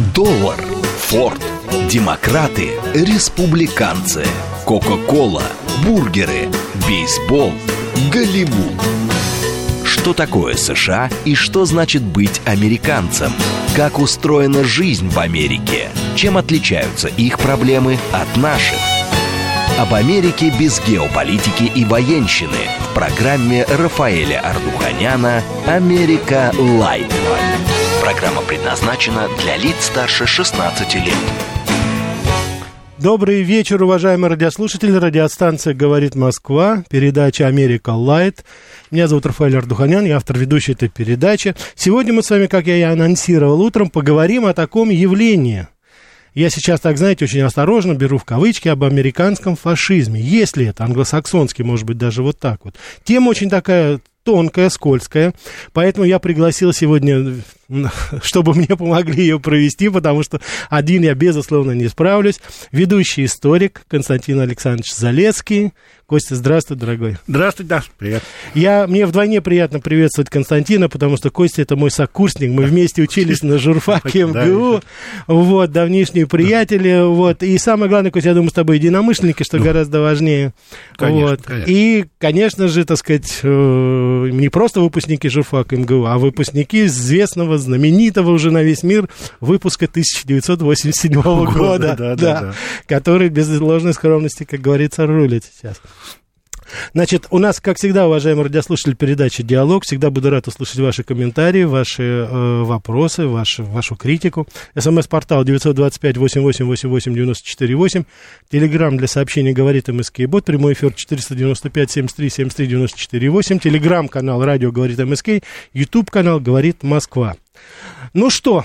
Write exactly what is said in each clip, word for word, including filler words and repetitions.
Доллар, Форд, демократы, республиканцы, Кока-кола, бургеры, бейсбол, Голливуд. Что такое США и что значит быть американцем? Как устроена жизнь в Америке? Чем отличаются их проблемы от наших? Об Америке без геополитики и военщины в программе Рафаэля Ардуханяна «Америка Лайт». Программа предназначена для лиц старше шестнадцати лет. Добрый вечер, уважаемые радиослушатели. Радиостанция «Говорит Москва», передача «Америка Лайт». Меня зовут Рафаэль Ардуханян, я автор ведущей этой передачи. Сегодня мы с вами, как я и анонсировал утром, поговорим о таком явлении. Я сейчас, так знаете, очень осторожно беру в кавычки об американском фашизме. Если это англосаксонский, может быть, даже вот так вот. Тема очень такая тонкая, скользкая, поэтому я пригласил сегодня, чтобы мне помогли ее провести, потому что один я, безусловно, не справлюсь. Ведущий историк Константин Александрович Залесский. Костя, здравствуй, дорогой. Здравствуй, да, привет. Я, мне вдвойне приятно приветствовать Константина, потому что Костя — это мой сокурсник, мы вместе учились на журфаке эм гэ у, вот, давнишние приятели, вот, и самое главное, Костя, я думаю, с тобой единомышленники, что гораздо важнее. Конечно, вот. конечно. И, конечно же, так сказать, не просто выпускники журфака эм гэ у, а выпускники известного, знаменитого уже на весь мир выпуска тысяча девятьсот восемьдесят седьмого года, да, да, да, да. который без ложной скромности, как говорится, рулит сейчас. Значит, у нас, как всегда, уважаемые радиослушатели, передача «Диалог». Всегда буду рад услышать ваши комментарии, ваши э, вопросы, ваши, вашу критику. СМС-портал девять два пять восемь восемь восемь восемь девять четыре восемь. Телеграмм для сообщений «Говорит МСК Бот». Прямой эфир четыреста девяносто пять семьдесят три семьдесят три девяносто четыре восемь. Телеграм-канал «Радио Говорит МСК». Ютуб-канал «Говорит Москва». Ну что...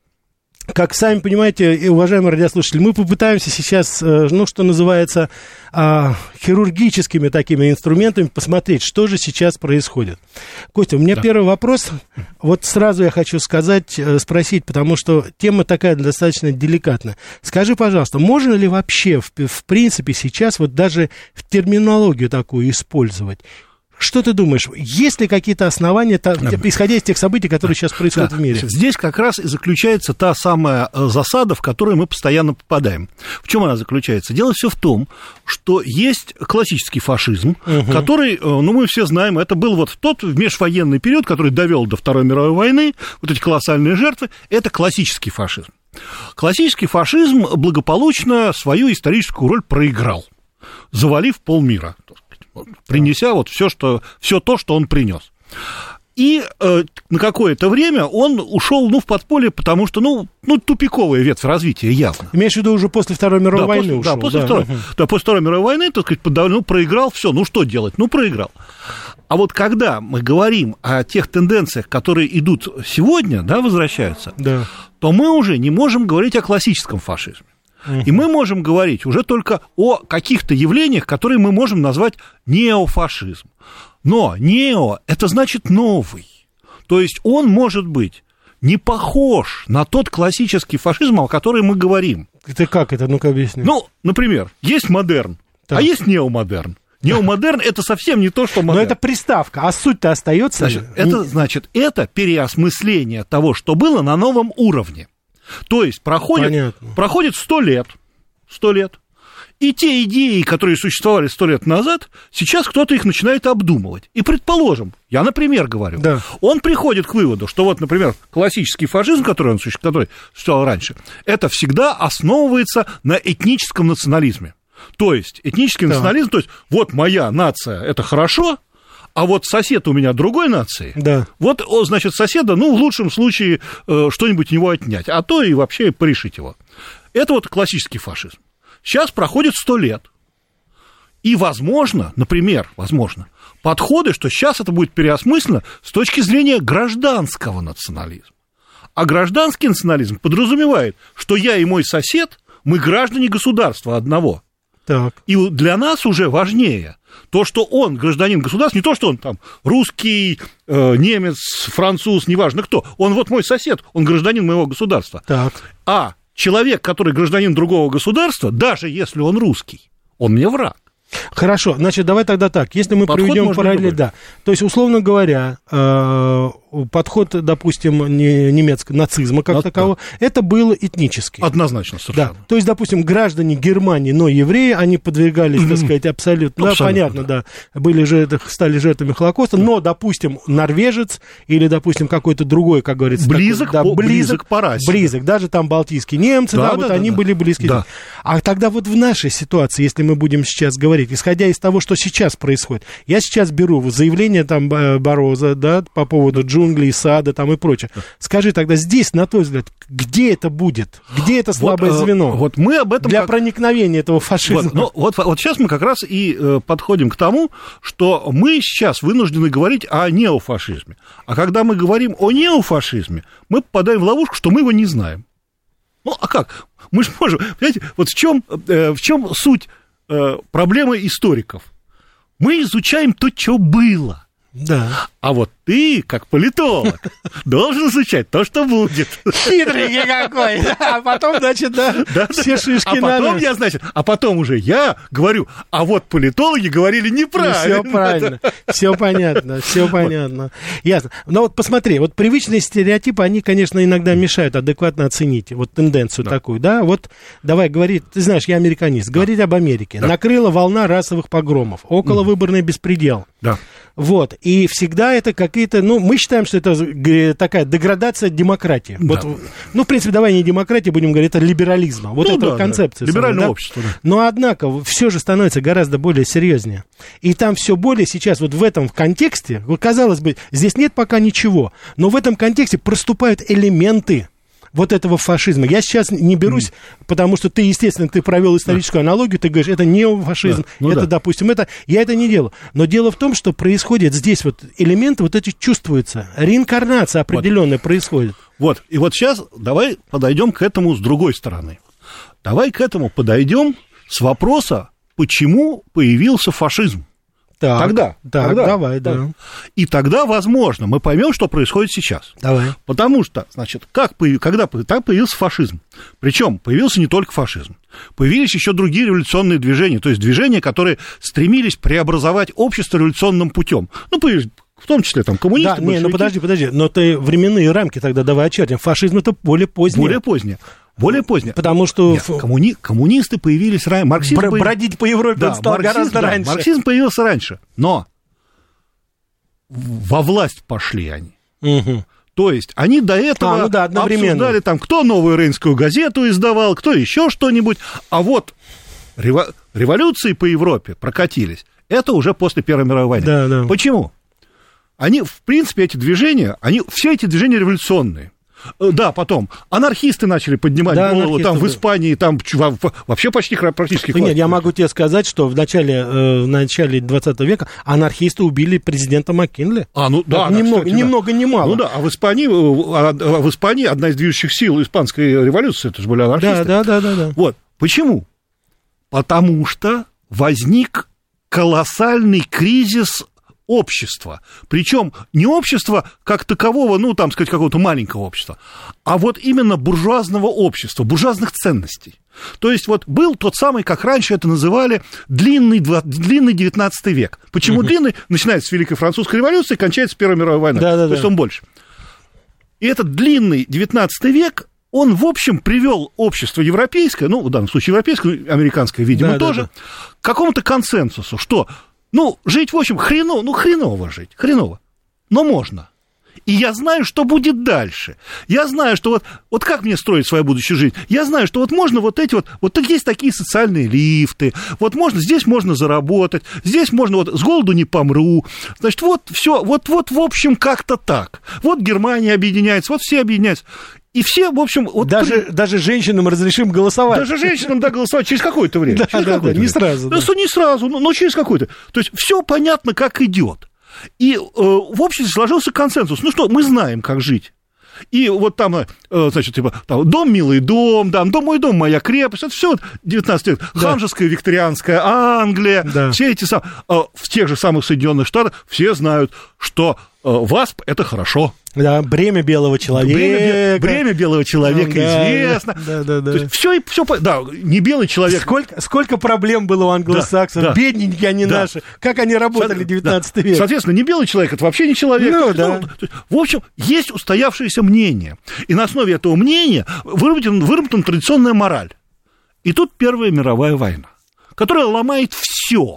Как сами понимаете, уважаемые радиослушатели, мы попытаемся сейчас, ну, что называется, хирургическими такими инструментами посмотреть, что же сейчас происходит. Костя, у меня да. первый вопрос. Вот сразу я хочу сказать, спросить, потому что тема такая достаточно деликатная. Скажи, пожалуйста, можно ли вообще, в, в принципе, сейчас вот даже в терминологию такую использовать? Что ты думаешь, есть ли какие-то основания, та, исходя из тех событий, которые сейчас происходят да. в мире? Здесь как раз и заключается та самая засада, в которую мы постоянно попадаем. В чем она заключается? Дело все в том, что есть классический фашизм, угу. который, ну, мы все знаем, это был вот тот межвоенный период, который довел до Второй мировой войны, вот эти колоссальные жертвы, это классический фашизм. Классический фашизм благополучно свою историческую роль проиграл, завалив полмира. Принеся вот все, что, все то, что он принес. И э, на какое-то время он ушел, ну, в подполье, потому что, ну, ну, тупиковая ветвь развития, явно. Имеешь в виду уже после Второй мировой да, войны после, ушел? Да, после, да. Второй, да, после Второй мировой войны, так сказать, ну, проиграл, все, ну, что делать? Ну, проиграл. А вот когда мы говорим о тех тенденциях, которые идут сегодня, да, возвращаются, да. то мы уже не можем говорить о классическом фашизме. И мы можем говорить уже только о каких-то явлениях, которые мы можем назвать неофашизм. Но нео – это значит новый. То есть он может быть не похож на тот классический фашизм, о котором мы говорим. Это как это? Ну-ка объясни. Ну, например, есть модерн, так. а есть неомодерн. Неомодерн – это совсем не то, что модерн. Но это приставка, а суть-то остается. Значит, это значит, это переосмысление того, что было на новом уровне. То есть проходит, проходит сто лет, сто лет, и те идеи, которые существовали сто лет назад, сейчас кто-то их начинает обдумывать. И, предположим, я, например, говорю, да. он приходит к выводу, что вот, например, классический фашизм, который он который существовал раньше, это всегда основывается на этническом национализме. То есть этнический да. национализм, то есть вот моя нация – это хорошо, а вот сосед у меня другой нации, да. вот, значит, соседа, ну, в лучшем случае, э, что-нибудь у него отнять, а то и вообще порешить его. Это вот классический фашизм. Сейчас проходит сто лет. И, возможно, например, возможно, подходы, что сейчас это будет переосмыслено с точки зрения гражданского национализма. А гражданский национализм подразумевает, что я и мой сосед, мы граждане государства одного. Так. И для нас уже важнее то, что он гражданин государства, не то, что он там русский, э, немец, француз, неважно кто, он вот мой сосед, он гражданин моего государства. Так. А человек, который гражданин другого государства, даже если он русский, он мне враг. Хорошо, значит, давай тогда так, если мы Подход проведем параллель, да, то есть, условно говоря, э, подход, допустим, немецкого нацизма как а, такового, да. это был этнический. Однозначно, совершенно. Да. То есть, допустим, граждане Германии, но евреи, они подвергались, mm-hmm. так сказать, абсолютно, абсолютно да, понятно, да, да были жертвы, стали жертвами Холокоста, да. но, допустим, норвежец или, допустим, какой-то другой, как говорится, близок, такой, да, по, близок по расе. Близок, даже там балтийские немцы, да, да, да вот да, они да. были близки. Да. А тогда вот в нашей ситуации, если мы будем сейчас говорить, исходя из того, что сейчас происходит, я сейчас беру заявление там Бароза, да, по поводу джунглей, сада там и прочее. Да. Скажи тогда здесь, на твой взгляд, где это будет? Где это слабое вот, звено? Вот мы об этом... Для как... проникновения этого фашизма. Вот, ну, вот, вот сейчас мы как раз и э, подходим к тому, что мы сейчас вынуждены говорить о неофашизме. А когда мы говорим о неофашизме, мы попадаем в ловушку, что мы его не знаем. Ну, а как? Мы же можем... Понимаете, вот в чем, э, в чем суть э, проблемы историков? Мы изучаем то, что было. Да. А вот ты, как политолог, должен изучать то, что будет. Хитрый какой. А потом, значит, да, да все шишки а потом на я, значит, а потом уже я говорю, а вот политологи говорили неправильно. Ну, все правильно, все понятно, все понятно. Ясно. Но вот посмотри, вот привычные стереотипы, они, конечно, иногда мешают адекватно оценить вот тенденцию да. такую, да. Вот давай говорить, ты знаешь, я американист, да. говорить об Америке. Да. Накрыла волна расовых погромов, околовыборный mm. беспредел. Да. Вот, и всегда это какие-то, ну, мы считаем, что это такая деградация демократии. Да. Вот, ну, в принципе, давай не демократия, будем говорить, это либерализма. Вот ну, эта да, концепция. Да. Либеральное да? общество, да. Но, однако, все же становится гораздо более серьезнее. И там все более сейчас, вот в этом контексте, вот, казалось бы, здесь нет пока ничего, но в этом контексте проступают элементы вот этого фашизма. Я сейчас не берусь, mm. потому что ты, естественно, ты провел историческую да. аналогию, ты говоришь, это неофашизм, да. ну, это, да. допустим, это... Я это не делаю. Но дело в том, что происходит здесь вот элементы, вот эти чувствуются. Реинкарнация определенная вот. происходит. Вот, и вот сейчас давай подойдем к этому с другой стороны. Давай к этому подойдем с вопроса, почему появился фашизм. Так, тогда, так, тогда, давай, да. да. И тогда, возможно, мы поймем, что происходит сейчас. Давай. Потому что, значит, как, когда так появился фашизм. Причем появился не только фашизм. Появились еще другие революционные движения, то есть движения, которые стремились преобразовать общество революционным путем. Ну, появились, в том числе там коммунисты, да, не, ну подожди, подожди, но ты временные рамки тогда давай очертим. Фашизм это более позднее. Более позднее. Более позднее. Потому что... Нет, коммуни... коммунисты появились раньше. Марксизм Бр- появ... Бродить по Европе да, он стал марксизм, гораздо да, раньше. Марксизм появился раньше, но во власть пошли они. Угу. То есть они до этого а, ну да, обсуждали, там, кто новую Рейнскую газету издавал, кто еще что-нибудь. А вот рево... революции по Европе прокатились. Это уже после Первой мировой войны. Да, да. Почему? Они, в принципе, эти движения, они, все эти движения революционные. Да, потом анархисты начали поднимать да, голову, там в Испании, там вообще почти практически... Нет, я могу тебе сказать, что в начале, э, в начале двадцатого века анархисты убили президента Маккинли. А, ну да, ни много, кстати, ни да. много, ни мало. Ну да, а в Испании, в Испании одна из движущих сил испанской революции, это же были анархисты. Да, да, да, да, да. Вот, почему? Потому что возник колоссальный кризис общества. Причем не общества как такового, ну, там, сказать, какого-то маленького общества, а вот именно буржуазного общества, буржуазных ценностей. То есть вот был тот самый, как раньше это называли, длинный, длинный девятнадцатый век. Почему угу. длинный? Начинается с Великой Французской революции, кончается с Первой мировой войной. Да, да, То есть да. он больше. И этот длинный девятнадцатый век, он, в общем, привел общество европейское, ну, в данном случае европейское, американское, видимо, да, тоже, да, да. к какому-то консенсусу, что Ну, жить, в общем, хреново, ну, хреново жить, хреново, но можно. И я знаю, что будет дальше. Я знаю, что вот, вот как мне строить свою будущую жизнь. Я знаю, что вот можно вот эти вот, вот есть такие социальные лифты, вот можно, здесь можно заработать, здесь можно вот с голоду не помру. Значит, вот все, вот, вот, в общем, как-то так. Вот Германия объединяется, вот все объединяются. И все, в общем... Вот даже, при... даже женщинам разрешим голосовать. Даже женщинам, да, голосовать через какое-то время. Да, через да, какое-то да, время. не сразу. Да, да. Не сразу, но, но через какое-то. То есть все понятно, как идет. И э, в обществе сложился консенсус. Ну что, мы знаем, как жить. И вот там, э, значит, типа, там, дом, милый дом, да, дом, мой дом, моя крепость. Это все девятнадцатый век. Да. Ханжеская, викторианская Англия. Да. Все эти самые... Э, в тех же самых Соединенных Штатах все знают, что ВАСП – это хорошо. Да, бремя белого человека. Бремя, бремя белого человека, да, известно. Да, да, да. То есть все, все, да, не белый человек. Сколько, сколько проблем было у англосаксов, да, да. Бедненькие они да. наши, как они работали в девятнадцатый да. век. Соответственно, не белый человек – это вообще не человек. Ну, да. ну, в общем, есть устоявшееся мнение. И на основе этого мнения выработана, выработана традиционная мораль. И тут Первая мировая война, которая ломает все.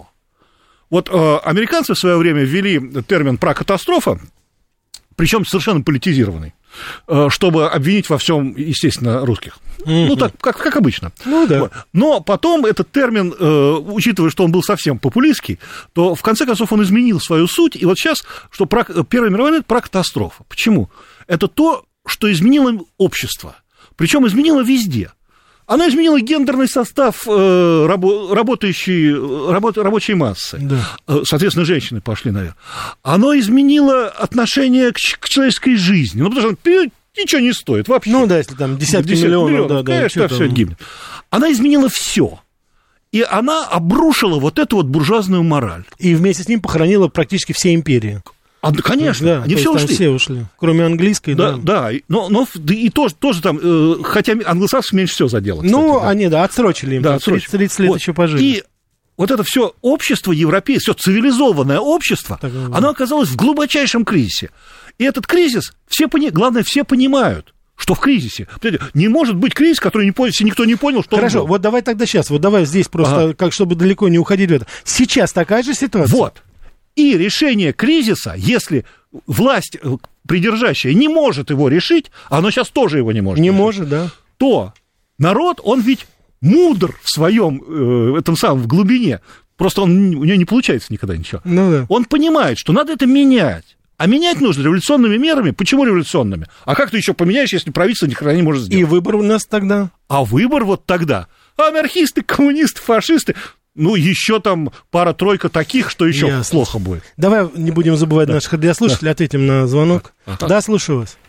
Вот э, американцы в свое время ввели термин «пракатастрофа», причем совершенно политизированный, э, чтобы обвинить во всем, естественно, русских. Mm-hmm. Ну, так, как, как обычно. Ну, да. Вот. Но потом этот термин, э, учитывая, что он был совсем популистский, то, в конце концов, он изменил свою суть. И вот сейчас, что прак... Первая мировая война – это пракатастрофа. Почему? Это то, что изменило общество. Причем изменило везде. Она изменила гендерный состав э, рабо- работающей, рабо- рабочей массы. Да. Соответственно, женщины пошли наверх. Оно изменило отношение к, к человеческой жизни. Ну, потому что ничего не стоит вообще. Ну, да, если там десятки Десят миллионов. миллионов да, конечно, да, все это гибнет. Она изменила все. И она обрушила вот эту вот буржуазную мораль. И вместе с ним похоронила практически все империи. А, конечно, да, они все ушли. все ушли, кроме английской, да. Да, да, но, но и тоже, тоже там, э, хотя англосаксов меньше всего задело. Кстати, ну, да. они, да, отсрочили им, да, тридцать, тридцать лет вот. еще пожили. И вот это все общество европейское, все цивилизованное общество, так, да. оно оказалось в глубочайшем кризисе. И этот кризис, все пони... главное, все понимают, что в кризисе. Не может быть кризис, который не понял, никто не понял, что Хорошо, он был. Вот давай тогда сейчас, вот давай здесь просто, ага. как чтобы далеко не уходить в это. Сейчас такая же ситуация? Вот. И решение кризиса, если власть придержащая не может его решить, оно сейчас тоже его не может Не решить, может, да. то народ, он ведь мудр в своем, э, этом самом, в глубине. Просто он, у него не получается никогда ничего. Ну, да. Он понимает, что надо это менять. А менять нужно революционными мерами. Почему революционными? А как ты еще поменяешь, если правительство ни хрена не может сделать? И выбор у нас тогда. А выбор вот тогда. Анархисты, коммунисты, фашисты. Ну, еще там пара-тройка таких, что еще Ясно. плохо будет. Давай не будем забывать да. наших радиослушателей, да. ответим на звонок. Ага. Да, слушаю вас.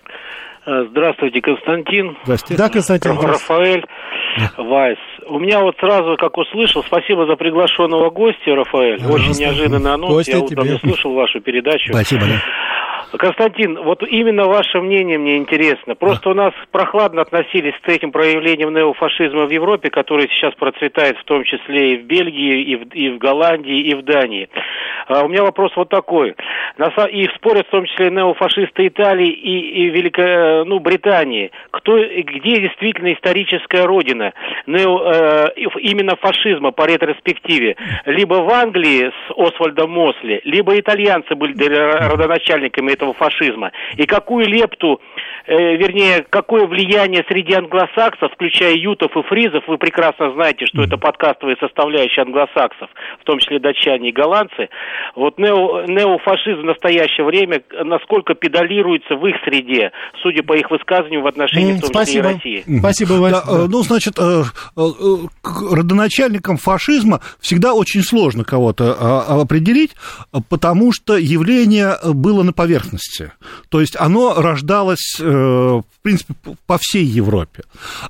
Здравствуйте, Константин. Здравствуйте. Да, Константин. Рафаэль, да. Вайс. У меня вот сразу, как услышал, спасибо за приглашенного гостя, Рафаэль. Да, Очень неожиданный анонс. Костя, Я вот давно слышал вашу передачу. Спасибо. Да. Константин, вот именно ваше мнение мне интересно. Просто да. у нас прохладно относились к этим проявлениям неофашизма в Европе, который сейчас процветает в том числе и в Бельгии, и в, и в Голландии, и в Дании. А у меня вопрос вот такой. И спорят в том числе неофашисты Италии и, и Великой, ну, Британии. Кто, где действительно историческая родина нео, э, именно фашизма по ретроспективе? Либо в Англии с Освальдом Мосли, либо итальянцы были родоначальниками этого фашизма. И какую лепту, э, вернее, какое влияние среди англосаксов, включая ютов и фризов, вы прекрасно знаете, что это подкастовая составляющая англосаксов, в том числе датчане и голландцы, вот нео, неофашизм в национальное время, насколько педалируется в их среде, судя по их высказыванию в отношении, в том числе и России. Спасибо, Вася. Да, ну, значит, родоначальником фашизма всегда очень сложно кого-то определить, потому что явление было на поверхности. То есть оно рождалось, в принципе, по всей Европе.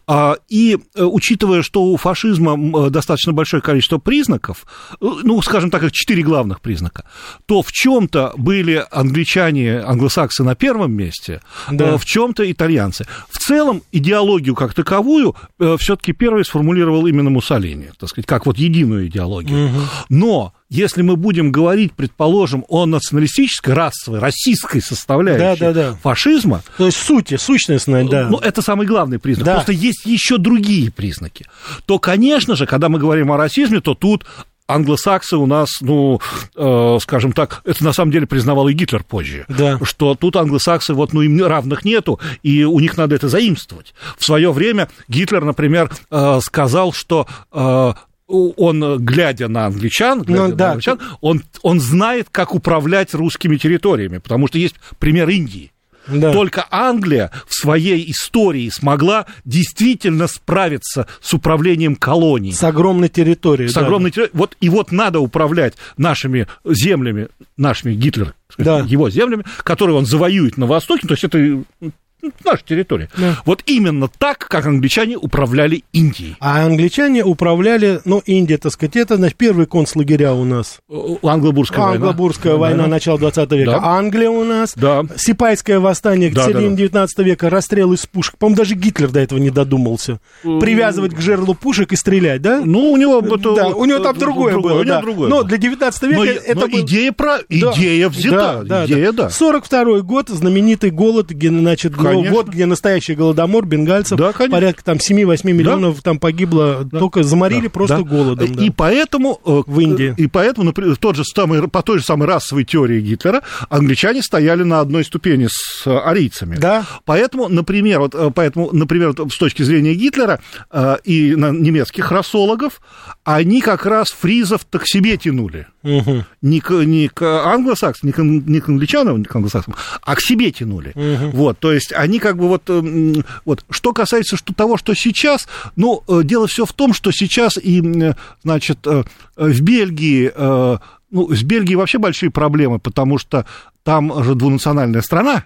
И учитывая, что у фашизма достаточно большое количество признаков, ну, скажем так, их четыре главных признака, то в чем-то были англичане, англосаксы на первом месте, да. в чем-то итальянцы. В целом идеологию как таковую все-таки первый сформулировал именно Муссолини, так сказать, как вот единую идеологию. Угу. Но если мы будем говорить, предположим, о националистической, расовой, российской составляющей да, да, да. фашизма... То есть сути, сущность, да. Ну, это самый главный признак. Да. Просто есть еще другие признаки. То, конечно же, когда мы говорим о расизме, то тут англосаксы у нас, ну, э, скажем так, это на самом деле признавал и Гитлер позже, да. что тут англосаксы, вот, ну, им равных нету, и у них надо это заимствовать. В свое время Гитлер, например, э, сказал, что... Э, он, глядя на англичан, глядя ну, на да. англичан он, он знает, как управлять русскими территориями, потому что есть пример Индии. Да. Только Англия в своей истории смогла действительно справиться с управлением колоний. С огромной территорией. С да. огромной территорией. Вот, и вот надо управлять нашими землями, нашими, Гитлер, да. его землями, которые он завоюет на Востоке, то есть это наша территория. Да. Вот именно так, как англичане управляли Индией. А англичане управляли, ну, Индия, так сказать, это, значит, первые концлагеря у нас. Англо-бурская война. Англо-бурская война, да. Начала двадцатого века. Да. Англия у нас. Да. Сипайское восстание к да, середине да, да. девятнадцатого века, расстрел из пушек. По-моему, даже Гитлер до этого не додумался. Привязывать к жерлу пушек и стрелять, да? Ну, у него... Это, да, у него там это, другое, другое было, да. Другое но было. Для девятнадцатого века но, это но был... идея, про... идея да, взята. Да, идея, да, да. сорок второй год, знаменитый голод, где, значит, год, где настоящий голодомор бенгальцев, да, порядка там семь-восемь миллионов да. там погибло, да. только заморили да. просто да. голодом. Да. И поэтому... В Индии. И поэтому, например, тот же самый, по той же самой расовой теории Гитлера англичане стояли на одной ступени с арийцами. Да. Поэтому, например, вот, поэтому, например, вот, с точки зрения Гитлера э, и немецких расологов, они как раз фризов-то к себе тянули. Угу. Не, к, не к англосаксам, не к, не к англичанам, не к англосаксам, а к себе тянули. Угу. Вот, то есть они как бы вот, вот... Что касается что, того, что сейчас, ну, дело все в том, что сейчас и, значит, в Бельгии, ну, с Бельгией вообще большие проблемы, потому что там же двунациональная страна.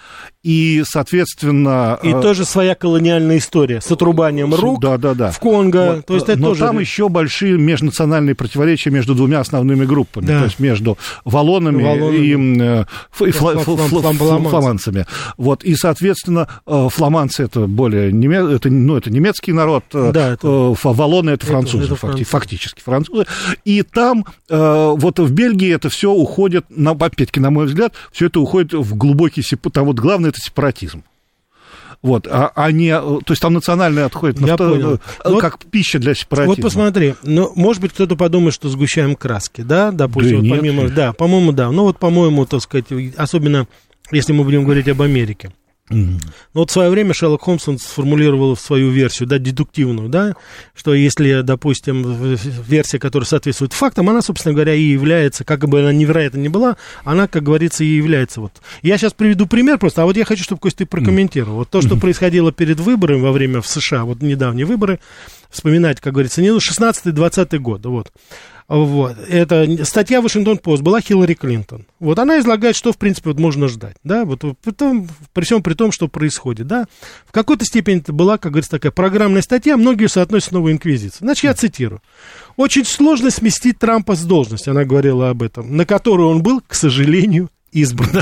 И, соответственно... И тоже своя колониальная история с отрубанием рук да, да, да. в Конго. Вот, то есть это но тоже... там еще большие межнациональные противоречия между двумя основными группами. Да. То есть между валлонами, валлонами. и, и фла, фла, фла, фла, фла, фламандцами. Вот, и, соответственно, фламандцы это более немец, это, ну, это немецкий народ, да, это... валлоны это французы, это, это факти, фактически французы. И там, вот в Бельгии это все уходит, на, опять-таки, на мой взгляд, все это уходит в глубокий... Там вот главное это сепаратизм. Вот, а, а не, то есть там национальное отходит на втор... как вот, пища для сепаратизма. Вот посмотри, ну, может быть, кто-то подумает, что сгущаем краски, да, допустим, да вот помимо, да, по-моему, да, ну вот, по-моему, так сказать, особенно если мы будем говорить об Америке. Mm-hmm. Ну, вот в свое время Шерлок Холмс он сформулировал свою версию, да, дедуктивную, да, что если, допустим, версия, которая соответствует фактам, она, собственно говоря, и является, как бы она невероятно ни была, она, как говорится, и является. Вот. Я сейчас приведу пример просто, а вот я хочу, чтобы, Костя, ты прокомментировал. Вот то, что mm-hmm. происходило перед выборами во время в США, вот недавние выборы, вспоминать, как говорится, не шестнадцатый-двадцатый год, вот. Вот. Это статья Вашингтон-Пост была Хиллари Клинтон. Вот она излагает, что, в принципе, вот можно ждать, да, вот потом, при всем при том, что происходит, да. В какой-то степени это была, как говорится, такая программная статья, многие соотносят с новой инквизицией. Значит, я цитирую. «Очень сложно сместить Трампа с должности», она говорила об этом, на которую он был, к сожалению, избран.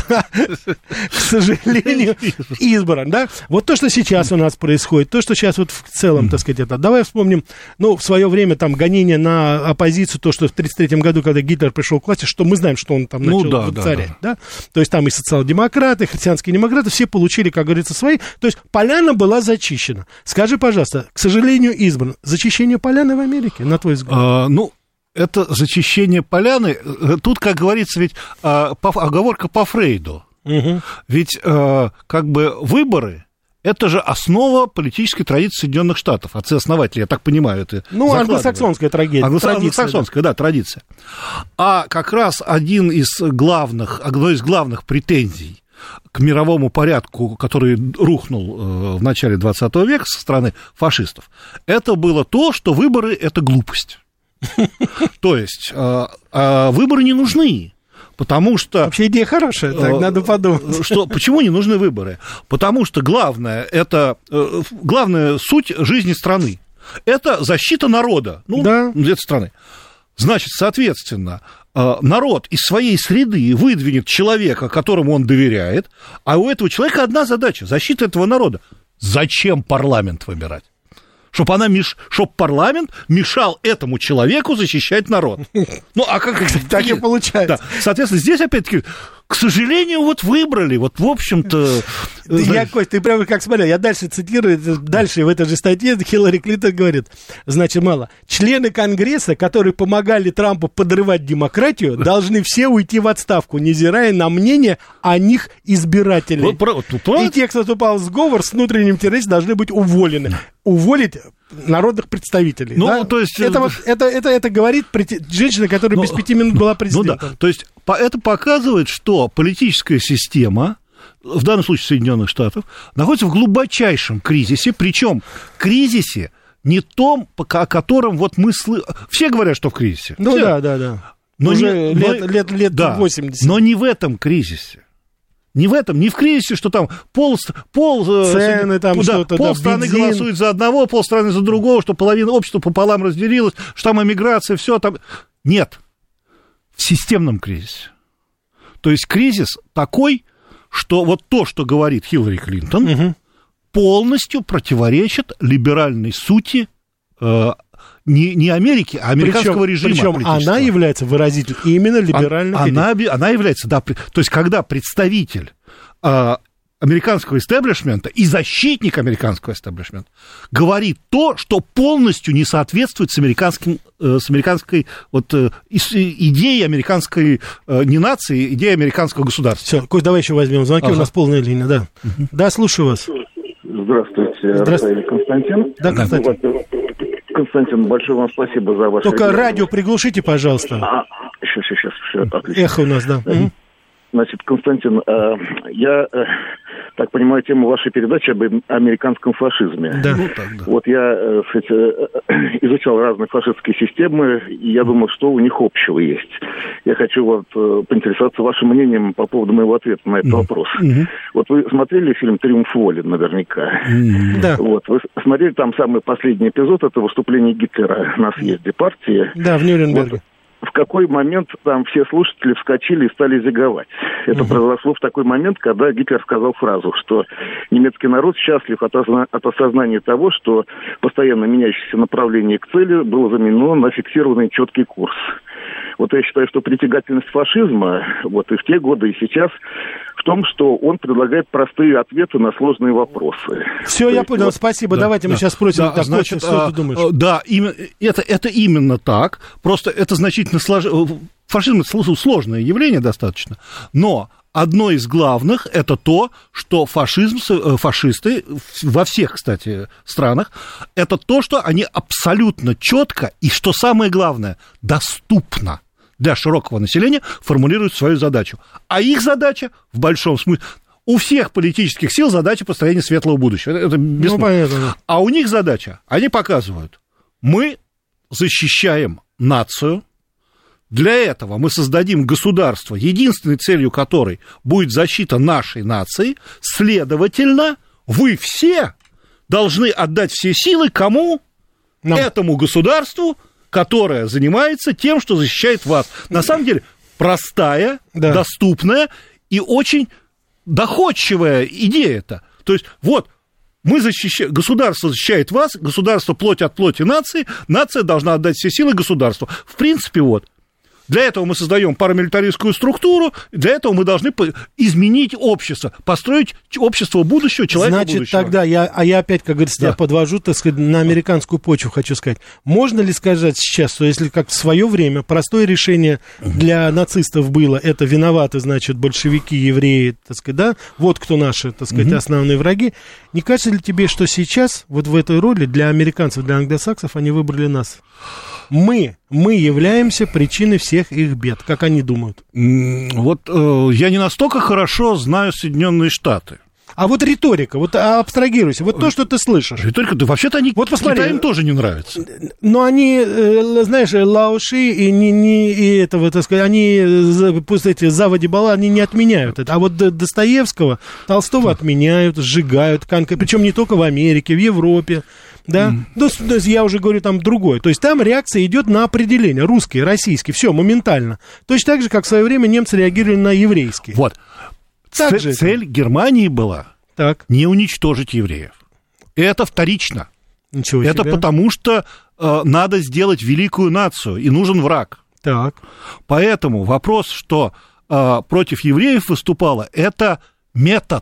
К сожалению, избран, да? Вот то, что сейчас у нас происходит, то, что сейчас вот в целом, так сказать, это... Давай вспомним, ну, в свое время там гонение на оппозицию, то, что в тридцать третьем году, когда Гитлер пришел к власти, что мы знаем, что он там начал ну, да, воцарять, да, да. да? То есть там и социал-демократы, и христианские демократы, все получили, как говорится, свои. То есть поляна была зачищена. Скажи, пожалуйста, к сожалению, избран. Зачищение поляны в Америке, на твой взгляд? А, ну... Это зачищение поляны. Тут, как говорится, ведь а, по, оговорка по Фрейду. Угу. Ведь а, как бы выборы — это же основа политической традиции Соединенных Штатов. Отцы-основатели, я так понимаю, это ну, англосаксонская трагедия. Англос... Англосаксонская, да. да, традиция. А как раз один из главных, одной из главных претензий к мировому порядку, который рухнул в начале двадцатого века со стороны фашистов, это было то, что выборы — это глупость. То есть а, а выборы не нужны, потому что... Вообще идея хорошая, так а, надо подумать. Что, почему не нужны выборы? Потому что главное, это, главная суть жизни страны — это защита народа, ну, да. этой страны. Значит, соответственно, народ из своей среды выдвинет человека, которому он доверяет, а у этого человека одна задача — защита этого народа. Зачем парламент выбирать? Чтобы она меш... чтоб парламент мешал этому человеку защищать народ. Ну, а как так и получается? Да. Соответственно, здесь опять-таки, к сожалению, вот выбрали, вот в общем-то... Я, Кость, ты прямо как смотрел, я дальше цитирую, дальше в этой же статье Хиллари Клинтон говорит, значит, мало, члены Конгресса, которые помогали Трампу подрывать демократию, должны все уйти в отставку, невзирая на мнение о них избирателей. Вот, про, про, И те, кто вступал в сговор с внутренним террористом, должны быть уволены. Уволить народных представителей. Ну, да? То есть... это, вот, это, это, это говорит женщина, которая ну, без пяти минут была президентом. Ну, да. То есть это показывает, что политическая система, в данном случае Соединенных Штатов, находится в глубочайшем кризисе, причем кризисе не том, о котором вот мы слышим. Все говорят, что в кризисе. Ну Все. да, да, да. Но уже не, лет, но, лет, лет да, восемьдесят. Но не в этом кризисе. Не в этом, не в кризисе, что там пол, пол, цены, там да, что-то, пол да, страны бензин. голосует за одного, пол страны за другого, что половина общества пополам разделилась, что там эмиграция, все там. Нет. В системном кризисе. То есть кризис такой, что вот то, что говорит Хиллари Клинтон, угу. полностью противоречит либеральной сути э, не, не Америки, а американского причем, режима. Причем она является выразителем именно либеральных она, идей. Она, она является, да, то есть когда представитель э, американского истеблишмента и защитник американского истеблишмента говорит то, что полностью не соответствует с, американским, э, с американской вот, э, идеей американской э, не нации, идеей американского государства. Все, Кость, давай еще возьмем звонки, ага. У нас полная линия, да. Угу. Да, слушаю вас. Здравствуйте, Рафаэль Константин. Да, Константин. Константин, большое вам спасибо за ваше... Только радио приглушите, пожалуйста. А, сейчас, сейчас, все отлично. Эхо у нас, да. Угу. Значит, Константин, я так понимаю, тема вашей передачи об американском фашизме. Да. Ну, так, да. Вот я, кстати, изучал разные фашистские системы, и я думал, что у них общего есть. Я хочу вот поинтересоваться вашим мнением по поводу моего ответа на этот mm-hmm. вопрос. Mm-hmm. Вот вы смотрели фильм «Триумф воли» наверняка. Mm-hmm. Да. Вот, вы смотрели там самый последний эпизод, это выступление Гитлера на съезде партии. Да, в Нюрнберге. Вот. В какой момент там все слушатели вскочили и стали зиговать. Это угу. произошло в такой момент, когда Гитлер сказал фразу, что немецкий народ счастлив от, осозна- от осознания того, что постоянно меняющееся направление к цели было заменено на фиксированный четкий курс. Вот я считаю, что притягательность фашизма, вот и в те годы, и сейчас, в том, что он предлагает простые ответы на сложные вопросы. Все, я понял, вот, спасибо. Да, Давайте да, мы сейчас спросим, да, так, значит, что а, ты думаешь? Да, им, это, это именно так. Просто это значительно сложнее. Фашизм — это сложное явление достаточно, но одно из главных — это то, что фашизм, фашисты во всех, кстати, странах, это то, что они абсолютно четко и, что самое главное, доступно для широкого населения формулируют свою задачу. А их задача, в большом смысле, у всех политических сил задача построения светлого будущего. Это ну, понятно. А у них задача, они показывают, мы защищаем нацию. Для этого мы создадим государство, единственной целью которой будет защита нашей нации. Следовательно, вы все должны отдать все силы кому? Нам. Этому государству, которое занимается тем, что защищает вас. На самом деле, простая, да. доступная и очень доходчивая идея это. То есть, вот, мы защищаем, государство защищает вас, государство плоть от плоти нации, нация должна отдать все силы государству. В принципе, вот. Для этого мы создаем парамилитаристскую структуру, для этого мы должны изменить общество, построить общество будущего, человека Значит, будущего. Значит, тогда я, а я опять, как говорится, да. я подвожу, так сказать, на американскую почву, хочу сказать. Можно ли сказать сейчас, что если как в свое время простое решение для нацистов было, это виноваты, значит, большевики, евреи, так сказать, да, вот кто наши, так сказать, угу. основные враги, не кажется ли тебе, что сейчас вот в этой роли для американцев, для англосаксов они выбрали нас? Мы, мы являемся причиной всех их бед, как они думают. Вот э, я не настолько хорошо знаю Соединенные Штаты. А вот риторика, вот абстрагируйся, вот то, что ты слышишь. Риторика, да вообще-то они, вот посмотри, Китаю им тоже не нравится. Но они, знаешь, Лаоши и, не, не, и этого, так сказать, они, пусть эти заводи бала, они не отменяют это. А вот Достоевского, Толстого отменяют, сжигают, причем не только в Америке, в Европе. Да, mm. ну, я уже говорю там другое. То есть там реакция идет на определение. Русский, российский, все, моментально. Точно так же, как в свое время немцы реагировали на еврейский. Вот. Так Ц- цель Германии была так. не уничтожить евреев. Это вторично. Ничего Это себе. Потому что э, надо сделать великую нацию, и нужен враг. Так. Поэтому вопрос, что э, против евреев выступало, это метод.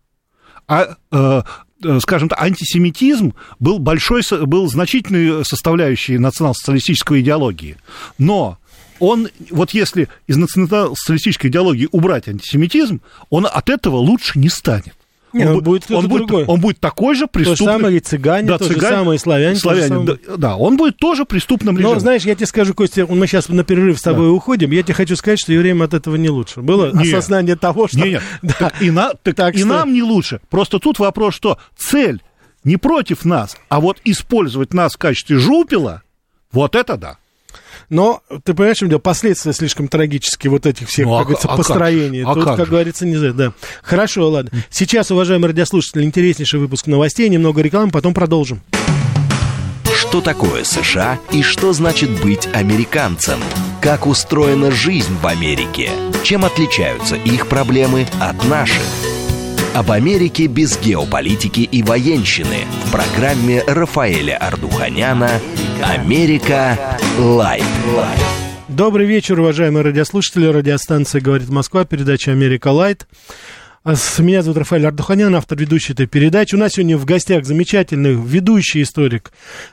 А... Э, скажем так, антисемитизм был большой, был значительной составляющей национал-социалистической идеологии. Но он, вот если из национал-социалистической идеологии убрать антисемитизм, он от этого лучше не станет. Не, он, он, будет, он, будет, он будет такой же преступным. То же самое и цыгане, да, то цыгане, же самое и славяне. славяне самое... да, да, он будет тоже преступным режимом. Но, знаешь, я тебе скажу, Костя, мы сейчас на перерыв с тобой да. уходим, я тебе хочу сказать, что евреям от этого не лучше. Было нет. осознание того, что... Нет, нет. Да. Так и, на, так так и что... нам не лучше. Просто тут вопрос, что цель не против нас, а вот использовать нас в качестве жупела, вот это да. Но, ты понимаешь, что последствия слишком трагические вот этих всех, ну, как а, говорится, а построений. А Тут, как, как говорится, не знаю, да. Хорошо, ладно. Сейчас, уважаемые радиослушатели, интереснейший выпуск новостей, немного рекламы, потом продолжим. Что такое США и что значит быть американцем? Как устроена жизнь в Америке? Чем отличаются их проблемы от наших? Об Америке без геополитики и военщины в программе Рафаэля Ардуханяна «Америка Лайт». Добрый вечер, уважаемые радиослушатели. Радиостанция «Говорит Москва», передача «Америка Лайт». Меня зовут Рафаэль Ардуханян, автор ведущей этой передачи. У нас сегодня в гостях замечательный ведущий историк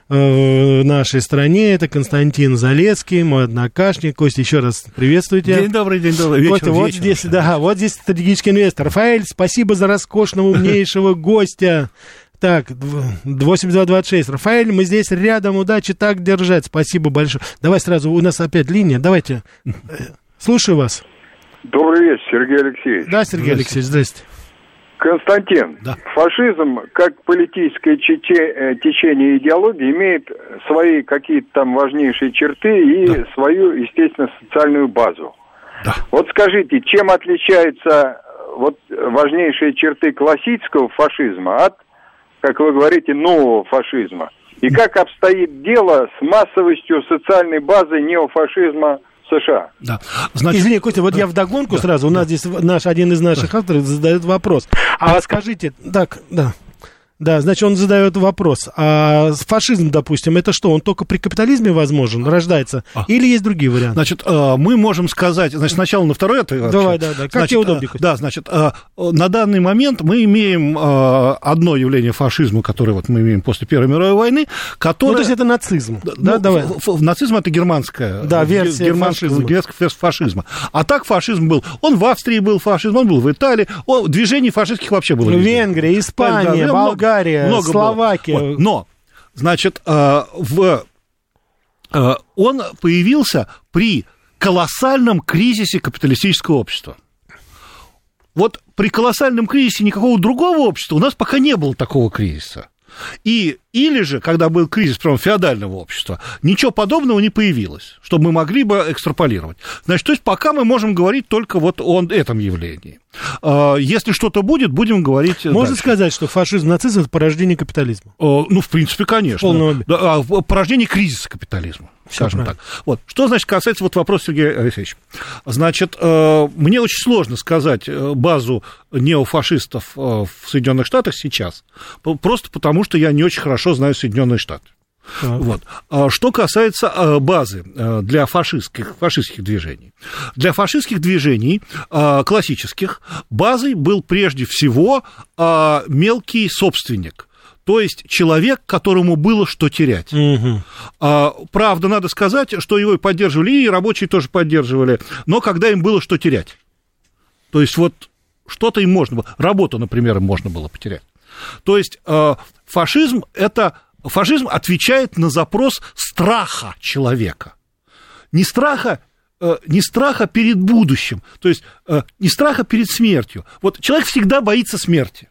э, в нашей стране. Это Константин Залецкий, мой однокашник. Костя, еще раз приветствуйте. День добрый, день добрый. Вечер, Костя, вот вечер. здесь, да, вот здесь стратегический инвестор. Рафаэль, спасибо за роскошного, умнейшего гостя. Так, восемь два двадцать шесть. Рафаэль, мы здесь рядом, удачи так держать. Спасибо большое. Давай сразу, у нас опять линия. Давайте, слушаю вас. Добрый вечер, Сергей Алексеевич. Да, Сергей Алексеевич, здрасте. Константин, да. Фашизм, как политическое чече- течение идеологии, имеет свои какие-то там важнейшие черты и да. свою, естественно, социальную базу. Да. Вот скажите, чем отличаются вот важнейшие черты классического фашизма от, как вы говорите, нового фашизма? И как обстоит дело с массовостью социальной базы неофашизма США? Да. Значит, извини, Костя, вот да. я вдогонку да. сразу, у нас да. здесь наш, один из наших да. авторов задает вопрос. А скажите, так, да, да, значит, он задает вопрос, а фашизм, допустим, это что, он только при капитализме возможен, рождается, а. или есть другие варианты? Значит, мы можем сказать, значит, сначала на второй ответ. Давай, да, да, как значит, тебе удобнее, Костя? Да, значит, на данный момент мы имеем одно явление фашизма, которое вот мы имеем после Первой мировой войны, которое... Ну, то есть это нацизм, да, ну, давай. Нацизм — это германская, да, версия фашизма. Германская версия фашизма. А так фашизм был, он в Австрии был фашизм, он был в Италии, он, движений фашистских вообще было везде. Венгрия, Испания, да, Болгария, много, много Словакия. Вот. Но, значит, в, он появился при колоссальном кризисе капиталистического общества. Вот при колоссальном кризисе никакого другого общества у нас пока не было такого кризиса. И, или же, когда был кризис прямо феодального общества, ничего подобного не появилось, чтобы мы могли бы экстраполировать. Значит, то есть пока мы можем говорить только вот о этом явлении. Если что-то будет, будем говорить Можно дальше. сказать, что фашизм, нацизм — это порождение капитализма? Ну, в принципе, конечно. Полного... Да, порождение кризиса капитализма, скажем так. Вот. Что, значит, касается вот вопроса Сергея Алексеевича. Значит, мне очень сложно сказать базу неофашистов в Соединенных Штатах сейчас, просто потому что я не очень хорошо знаю Соединенные Штаты. Вот. Что касается базы для фашистских, фашистских движений. Для фашистских движений классических базой был прежде всего мелкий собственник, то есть человек, которому было что терять. Угу. Правда, надо сказать, что его поддерживали, и рабочие тоже поддерживали, но когда им было что терять. То есть вот что-то им можно было, работу, например, им можно было потерять. То есть фашизм – это... Фашизм отвечает на запрос страха человека. Не страха, не страха перед будущим, то есть не страха перед смертью. Вот человек всегда боится смерти.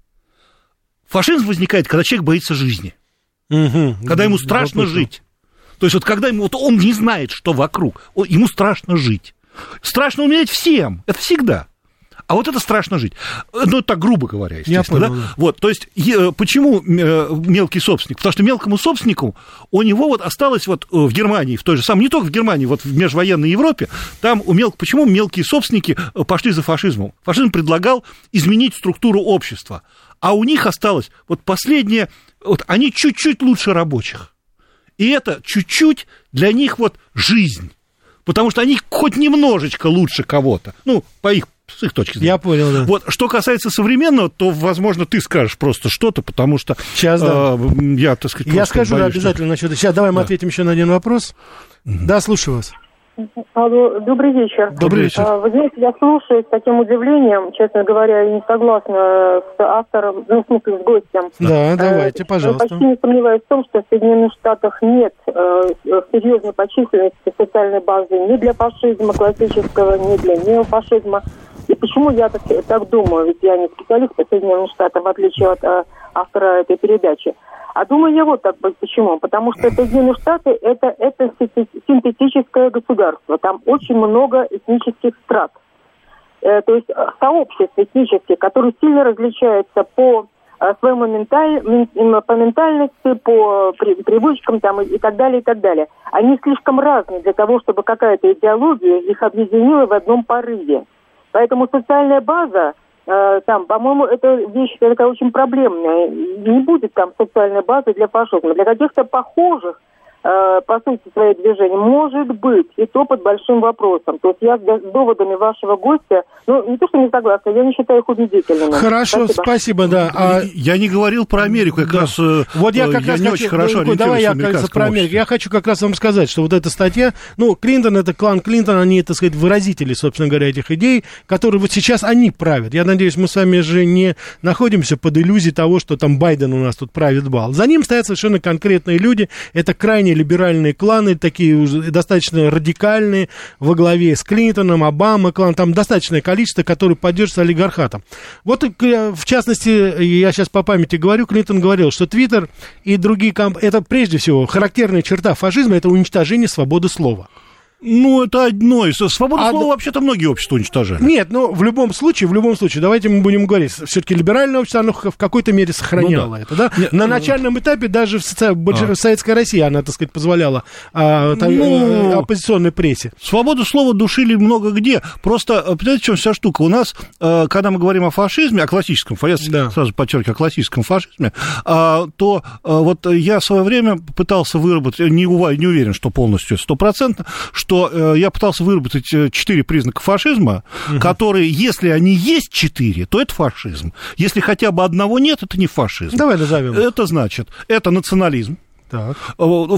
Фашизм возникает, когда человек боится жизни. Угу. Когда ему страшно Допустим. жить. То есть вот когда ему, вот он не знает, что вокруг, он, ему страшно жить. Страшно умереть всем, это всегда. А вот это страшно жить. Ну, так грубо говоря, естественно. Я понял, да? Да. Вот, то есть, почему мелкий собственник? Потому что мелкому собственнику у него вот осталось вот в Германии, в той же самой, не только в Германии, вот в межвоенной Европе, там у мел... почему мелкие собственники пошли за фашизмом? Фашизм предлагал изменить структуру общества, а у них осталось вот последнее, вот они чуть-чуть лучше рабочих. И это чуть-чуть для них вот жизнь, потому что они хоть немножечко лучше кого-то, ну, по их с их точки зрения. Я понял, да. Вот, что касается современного, то, возможно, ты скажешь просто что-то, потому что... Сейчас, да. Э, я, так сказать, я скажу боюсь, обязательно что... насчет... Сейчас давай мы да. ответим еще на один вопрос. Угу. Да, слушаю вас. Алло, добрый вечер. Добрый вечер. Вы знаете, я слушаю с таким удивлением, честно говоря, и не согласна с автором, ну, в смысле, с гостем. Да, давайте, пожалуйста. Я почти не сомневаюсь в том, что в Соединенных Штатах нет э, серьезной по численности социальной базы ни для фашизма классического, ни для неофашизма. И почему я так, так думаю, ведь я не специалист по Соединенным Штатам, в отличие от а, автора этой передачи. А думаю я вот так, почему. Потому что Соединенные Штаты это, это синтетическое государство. Там очень много этнических страт. Э, то есть сообществ этнических, которые сильно различаются по э, своему менталь... по ментальности, по при... привычкам там, и, и так далее, и так далее. Они слишком разные для того, чтобы какая-то идеология их объединила в одном порыве. Поэтому социальная база, э, там, по-моему, это вещь такая очень проблемная. Не будет там социальной базы для фашизма. Для каких-то похожих, э, по сути, своих движений, может быть, и то под большим вопросом. То есть я с доводами вашего гостя, ну, не то, что не согласна, я не считаю их убедительными. Хорошо, спасибо, спасибо да. А... Я не говорил про Америку, я как да. раз, вот я как я раз не хочу... очень хорошо ориентируюсь Давай я, в американском про Америку. обществе. Я хочу как раз вам сказать, что вот эта статья, ну, Клинтон, это клан Клинтон, они, так сказать, выразители, собственно говоря, этих идей, которые вот сейчас они правят. Я надеюсь, мы с вами же не находимся под иллюзией того, что там Байден у нас тут правит бал. За ним стоят совершенно конкретные люди, это крайне либеральные кланы, такие уже достаточно радикальные, во главе с Клинтоном, Обама, клан, там достаточное количество, которые поддерживаются олигархатом. Вот, в частности, я сейчас по памяти говорю, Клинтон говорил, что Твиттер и другие компании, это прежде всего характерная черта фашизма, это уничтожение свободы слова. Ну, это одно из... Свободу а... слова вообще-то многие общества уничтожали. Нет, ну, в любом случае, в любом случае, давайте мы будем говорить, все-таки либеральное общество, оно в какой-то мере сохраняло ну, да. это, да? Нет, На ну... начальном этапе даже в, соци... а. в Советской России она, так сказать, позволяла а, там, ну... оппозиционной прессе. Свободу слова душили много где. Просто, понимаете, в чем вся штука? У нас, когда мы говорим о фашизме, о классическом, я да. сразу подчеркиваю, о классическом фашизме, то вот я в свое время пытался выработать, не, не уверен, что полностью стопроцентно, что я пытался выработать четыре признака фашизма, угу. которые, если они есть четыре, то это фашизм. Если хотя бы одного нет, это не фашизм. Давай назовем. Это значит, это национализм. Так. В,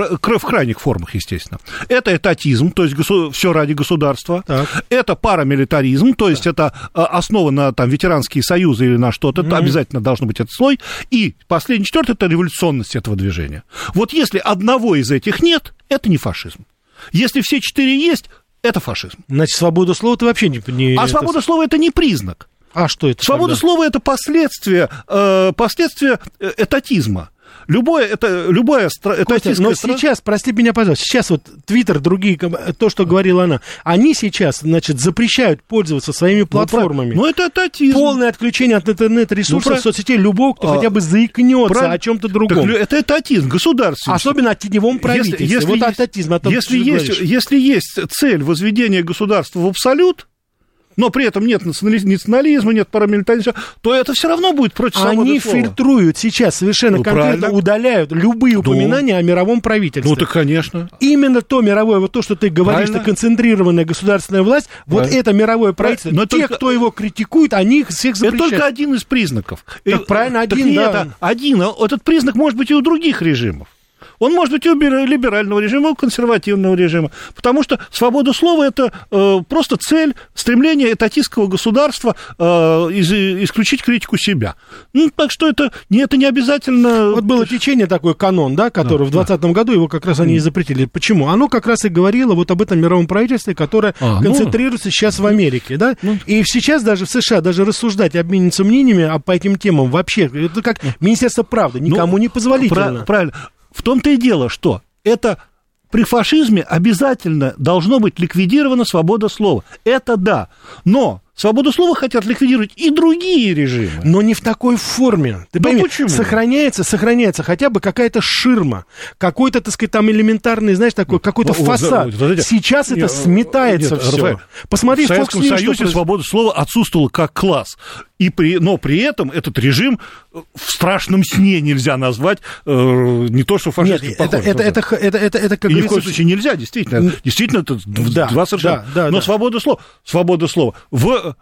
в крайних формах, естественно. Это этатизм, то есть госу... все ради государства. Так. Это парамилитаризм, то есть так. это основа на там, ветеранские союзы или на что-то. Mm-hmm. Это обязательно должен быть этот слой. И последний, четвертый, это революционность этого движения. Вот если одного из этих нет, это не фашизм. Если все четыре есть, это фашизм. Значит, свобода слова это вообще не... не а это... свобода слова это не признак. А что это? Свобода тогда? слова это последствие, э, последствие этатизма. Любое, это, любая стра- Костя, но страна... сейчас, прости меня, пожалуйста, сейчас вот Твиттер, другие, то, что говорила она, они сейчас, значит, запрещают пользоваться своими платформами. Ну, это этатизм. Полное отключение от интернет-ресурсов, ну, соцсетей любого, кто а, хотя бы заикнется прав... о чем-то другом. Так, это этатизм, государственный. Особенно о теневом правительстве. Если, если вот есть, этатизм, о том, если, есть, если есть цель возведения государства в абсолют, но при этом нет национализма, нет парамилитаризма, то это все равно будет против свободы Они слова. Фильтруют сейчас, совершенно ну, конкретно правильно. Удаляют любые упоминания ну, о мировом правительстве. Ну, так, конечно. Именно то мировое, вот то, что ты говоришь, это концентрированная государственная власть, правильно. Вот это мировое правительство. Но те, только... кто его критикует, они их всех запрещают. Это только один из признаков. Так, и, правильно, один, так, да. Это один, этот признак может быть и у других режимов. Он может быть и у либерального режима, и у консервативного режима, потому что свобода слова – это э, просто цель, стремление этатистского государства э, из, исключить критику себя. Ну, так что это не, это не обязательно… Вот было течение такое, канон, да, которое да, в двадцатом да. году его как раз они и запретили. Почему? Оно как раз и говорило вот об этом мировом правительстве, которое а, концентрируется ну, сейчас в Америке, да, ну, и сейчас даже в США даже рассуждать, обмениваться мнениями по этим темам вообще, это как Министерство правды, никому ну, не позволительно. Прав, правильно. В том-то и дело, что это при фашизме обязательно должно быть ликвидирована свобода слова. Это да. Но свободу слова хотят ликвидировать и другие режимы. Но не в такой форме. Ты да пойми, почему? Сохраняется, сохраняется хотя бы какая-то ширма, какой-то, так сказать, там элементарный, знаешь, такой какой-то ну, фасад. Вот, вот, Сейчас нет, это сметается нет, все. Рафаэль, Посмотри, в Советском Fox Союзе что... свобода слова отсутствовала как класс. И при, но при этом этот режим в страшном сне нельзя назвать, э, не то, что фашистский похож. Это, это, это, это, это, это, как и ни в коем случае нельзя, действительно. Действительно, это да, два совершенно. Да, да, но да. свобода слова, свобода слова в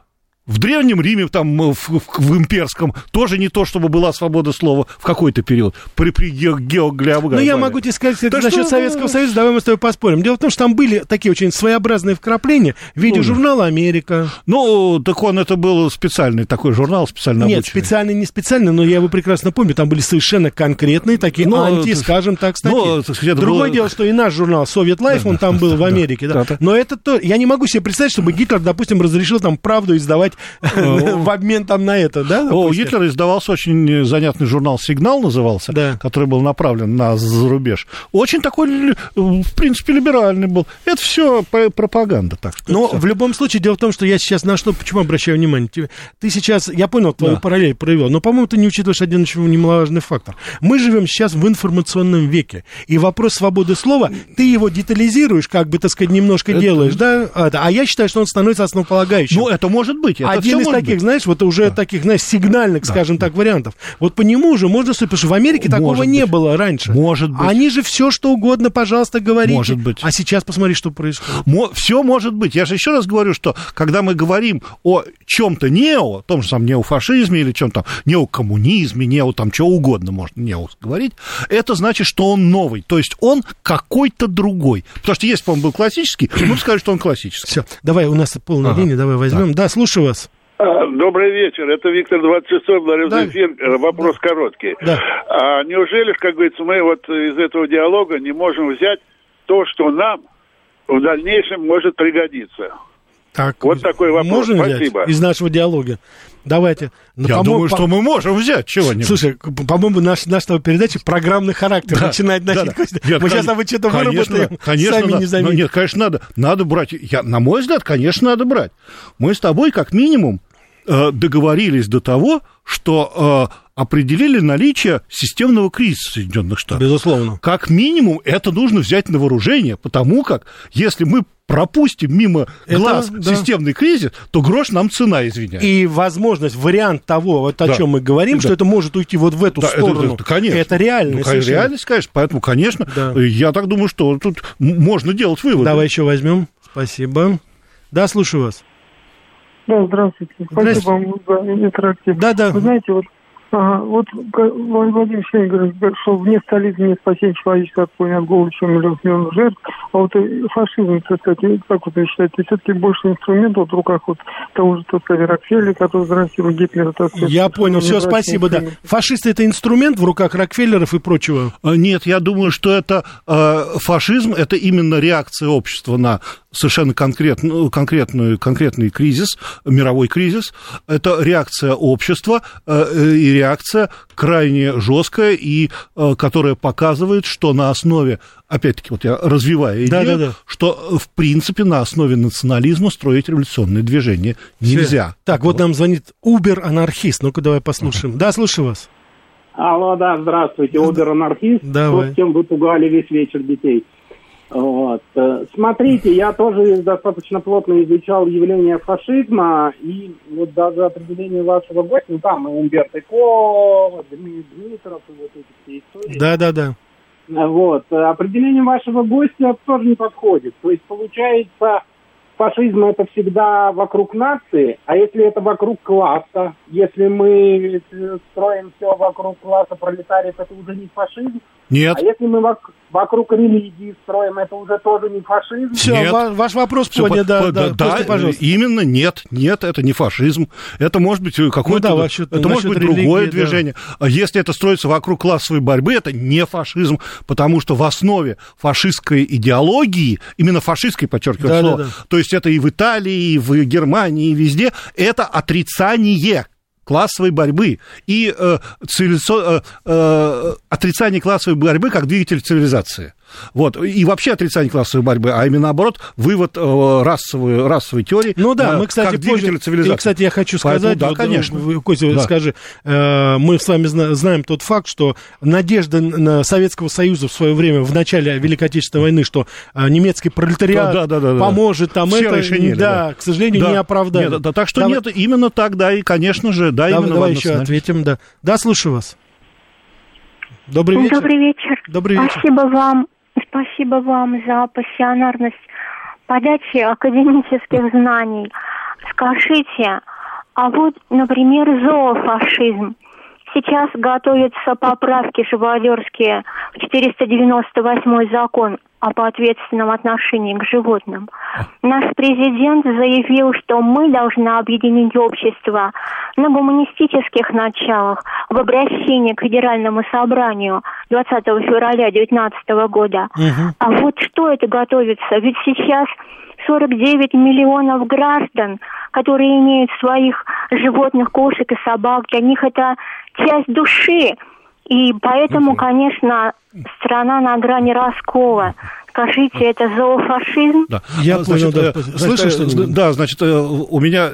В Древнем Риме, там, в, в, в имперском, тоже не то, чтобы была свобода слова в какой-то период, при, при геоглиабу. Ну, я могу тебе сказать, это насчет что... Советского Союза, давай мы с тобой поспорим. Дело в том, что там были такие очень своеобразные вкрапления в виде ну, журнала «Америка». Ну, так он, это был специальный такой журнал, специально Нет, обученный. специальный, не специальный, но я его прекрасно помню, там были совершенно конкретные такие но, анти, это, скажем так, статьи. Но, так сказать, Другое было... дело, что и наш журнал «Совет Лайф», да, он там да, был да, в Америке, да. Да, да. Но это то, я не могу себе представить, чтобы Гитлер, допустим, разрешил там «Правду» издавать в обмен там на это, да? О, у Гитлера издавался очень занятный журнал «Сигнал» назывался, да. который был направлен на зарубеж. Очень такой, в принципе, либеральный был. Это все пропаганда, так что. Но в любом случае, дело в том, что я сейчас на что, почему обращаю внимание? Ты сейчас, я понял, твою да. параллель провел, но, по-моему, ты не учитываешь один очень немаловажный фактор. Мы живем сейчас в информационном веке, и вопрос свободы слова, ты его детализируешь, как бы, так сказать, немножко это... делаешь, да? А я считаю, что он становится основополагающим. Ну, это может быть. Это Один из таких, быть. знаешь, вот уже да. таких, знаешь, сигнальных, да. скажем так, вариантов. Вот по нему уже можно судить, потому что в Америке может такого быть. не было раньше. Может быть. Они же все, что угодно, пожалуйста, говорите. Может быть. А сейчас посмотри, что происходит. Мо- все может быть. Я же еще раз говорю, что когда мы говорим о чем-то нео, о том же самом неофашизме или чем-то там, неокоммунизме, нео там, что угодно можно нео говорить, это значит, что он новый. То есть он какой-то другой. Потому что если бы он был классический, мы бы сказали, что он классический. Все, давай, у нас полная ага. линия, давай возьмем. Да, да слушаю вас. Добрый вечер, это Виктор двадцать шестой, благодарю за эфир, вопрос да. короткий. Да. А неужели, как говорится, мы вот из этого диалога не можем взять то, что нам в дальнейшем может пригодиться? Так, вот такой вопрос, можем спасибо. Взять из нашего диалога? Давайте. Но, Я думаю, по... что мы можем взять чего-нибудь. Слушай, по-моему, наш, наша передача программный характер да, начинает носить. Да, да. Нет, мы сейчас об что-то выработаем, конечно, сами да. не заметим. Нет, конечно, надо, надо брать. Я, на мой взгляд, конечно, надо брать. Мы с тобой, как минимум, договорились до того, что э, определили наличие системного кризиса Соединенных Штатов. Безусловно. Как минимум, это нужно взять на вооружение, потому как, если мы пропустим мимо глаз это, системный да. кризис, то грош нам цена, извиняюсь. И возможность, вариант того, вот о да. чем мы говорим, да. что это может уйти вот в эту да, сторону. Это, это, конечно. Это реальность. Ну, реальность, конечно. Поэтому, конечно, да. я так думаю, что тут можно делать выводы. Давай еще возьмем. Спасибо. Да, слушаю вас. Да, здравствуйте. Здравствуйте. Спасибо вам за интерактив. Да, да. Вы знаете, вот, ага, вот Владимир Семенович говорит, что вне столицы не спасение человечества от от голода, чем миллион миллионов жертв. А вот фашизм, кстати, как вот вы считаете, все-таки больше инструмент вот в руках вот того же, так сказать, Рокфеллера, который взрастил Гитлера. Так сказать, я понял, все, спасибо, да. Фашисты — это инструмент в руках Рокфеллеров и прочего? Нет, я думаю, что это э, фашизм, это именно реакция общества на совершенно конкретный, конкретный, конкретный кризис, мировой кризис. Это реакция общества э, и реакция крайне жесткая, и э, которая показывает, что на основе, опять-таки, вот я развиваю идею, да, да, да. что, в принципе, на основе национализма строить революционное движение нельзя. Так, вот нам звонит Убер-анархист. Ну-ка, давай послушаем. Да, слушаю вас. Алло, да, здравствуйте, Убер-анархист. Давай. С кем вы пугали весь вечер детей. Вот. Смотрите, я тоже достаточно плотно изучал явление фашизма, и вот даже определение вашего гостя, ну там и Умберто Эко, Дмитров, и вот эти все истории. Да, да, да. Вот. Определение вашего гостя тоже не подходит. То есть, получается, фашизм — это всегда вокруг нации, а если это вокруг класса, если мы строим все вокруг класса пролетариев, это уже не фашизм. Нет. А если мы вок- вокруг религии строим, это уже тоже не фашизм. Все, нет. Ва- ваш вопрос понят, да, по- да, да, да, именно нет, нет, это не фашизм. Это может быть какое-то, ну, да, вообще, это может быть религии, другое движение. Да. Если это строится вокруг классовой борьбы, это не фашизм, потому что в основе фашистской идеологии, именно фашистской, подчеркиваю да, слово, да, да. то есть это и в Италии, и в Германии, и везде, это отрицание классовой борьбы и э, цивилиза... э, э, отрицание классовой борьбы как двигатель цивилизации. Вот. И вообще отрицание классовой борьбы, а именно наоборот, вывод э, расовой, расовой теории. Ну да, э, мы, кстати, как двигатель позже... цивилизации. И, кстати, я хочу сказать, Поэтому, да, вот, конечно. Костя, да. скажи, э, мы с вами зна- знаем тот факт, что надежда на Советского Союза в свое время, в начале Великой Отечественной войны, что э, немецкий пролетариат да, да, да, да, поможет там Все это, шинели, да, да, к сожалению, да. не оправдали. Нет, да, так что давай... нет, именно так, да, и, конечно же, да, давай, именно давай еще ответим, да. Да, слушаю вас. Добрый вечер. Добрый вечер. Добрый вечер. Спасибо вам. Спасибо вам за пассионарность подачи академических знаний. Скажите, А вот, например, зоофашизм. Сейчас готовятся поправки живодерские в четыреста девяносто восьмой закон об ответственном отношении к животным. Наш президент заявил, что мы должны объединить общество на гуманистических началах в обращении к Федеральному собранию двадцатого февраля две тысячи девятнадцатого года. Угу. А вот что это готовится? Ведь сейчас сорок девять миллионов граждан, которые имеют своих животных, кошек и собак, для них это часть души. И поэтому, конечно, страна на грани раскола. Скажите, это зоофашизм? Да. Я значит, понял, да. Слышишь, что да, значит, у меня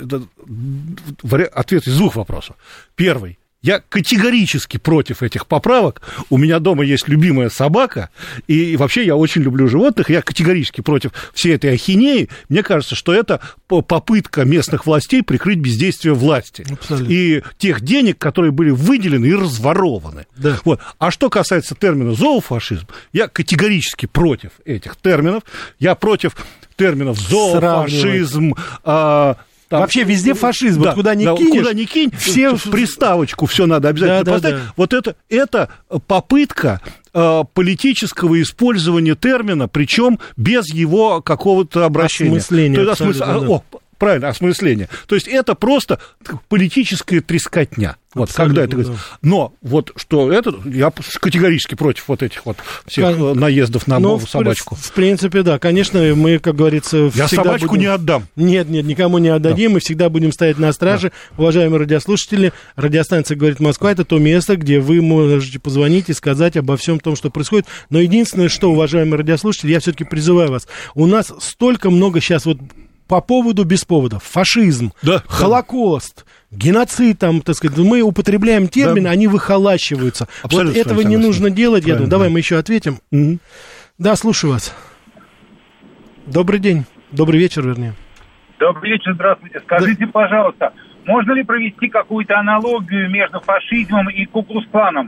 ответ из двух вопросов. Первый. Я категорически против этих поправок. У меня дома есть любимая собака, и вообще я очень люблю животных. Я категорически против всей этой ахинеи. Мне кажется, что это попытка местных властей прикрыть бездействие власти. Абсолютно. И тех денег, которые были выделены и разворованы. Да. Вот. А что касается термина зоофашизм, я категорически против этих терминов. Я против терминов зоофашизм, там, вообще везде фашизм, да, вот куда ни да, кинешь, куда ни кинь, все приставочку все надо обязательно да, поставить. Да, да. Вот это, это попытка э, политического использования термина, причем без его какого-то обращения. Осмысления. То есть, осмыс... да. О, правильно, осмысление. То есть это просто политическая трескотня. Вот, когда это да. Но вот что это, я категорически против вот этих вот всех Кон... наездов на ну, собачку. В, в принципе, да. Конечно, мы, как говорится, я собачку будем... не отдам. Нет, нет, никому не отдадим. Да. Мы всегда будем стоять на страже. Да. Уважаемые радиослушатели, радиостанция «Говорит Москва» — это то место, где вы можете позвонить и сказать обо всем том, что происходит. Но единственное, что, уважаемые радиослушатели, я все-таки призываю вас. У нас столько много сейчас вот по поводу, без поводов. Фашизм, да, Холокост, да. геноцид, там, так сказать. Мы употребляем термины, да. они выхолащиваются. Абсолютно вот этого не нужно делать. Правильно. Я думаю, давай мы еще ответим. Угу. Да, слушаю вас. Добрый день. Добрый вечер, вернее. Добрый вечер, здравствуйте. Скажите, да. пожалуйста, можно ли провести какую-то аналогию между фашизмом и Ку-клукс-кланом?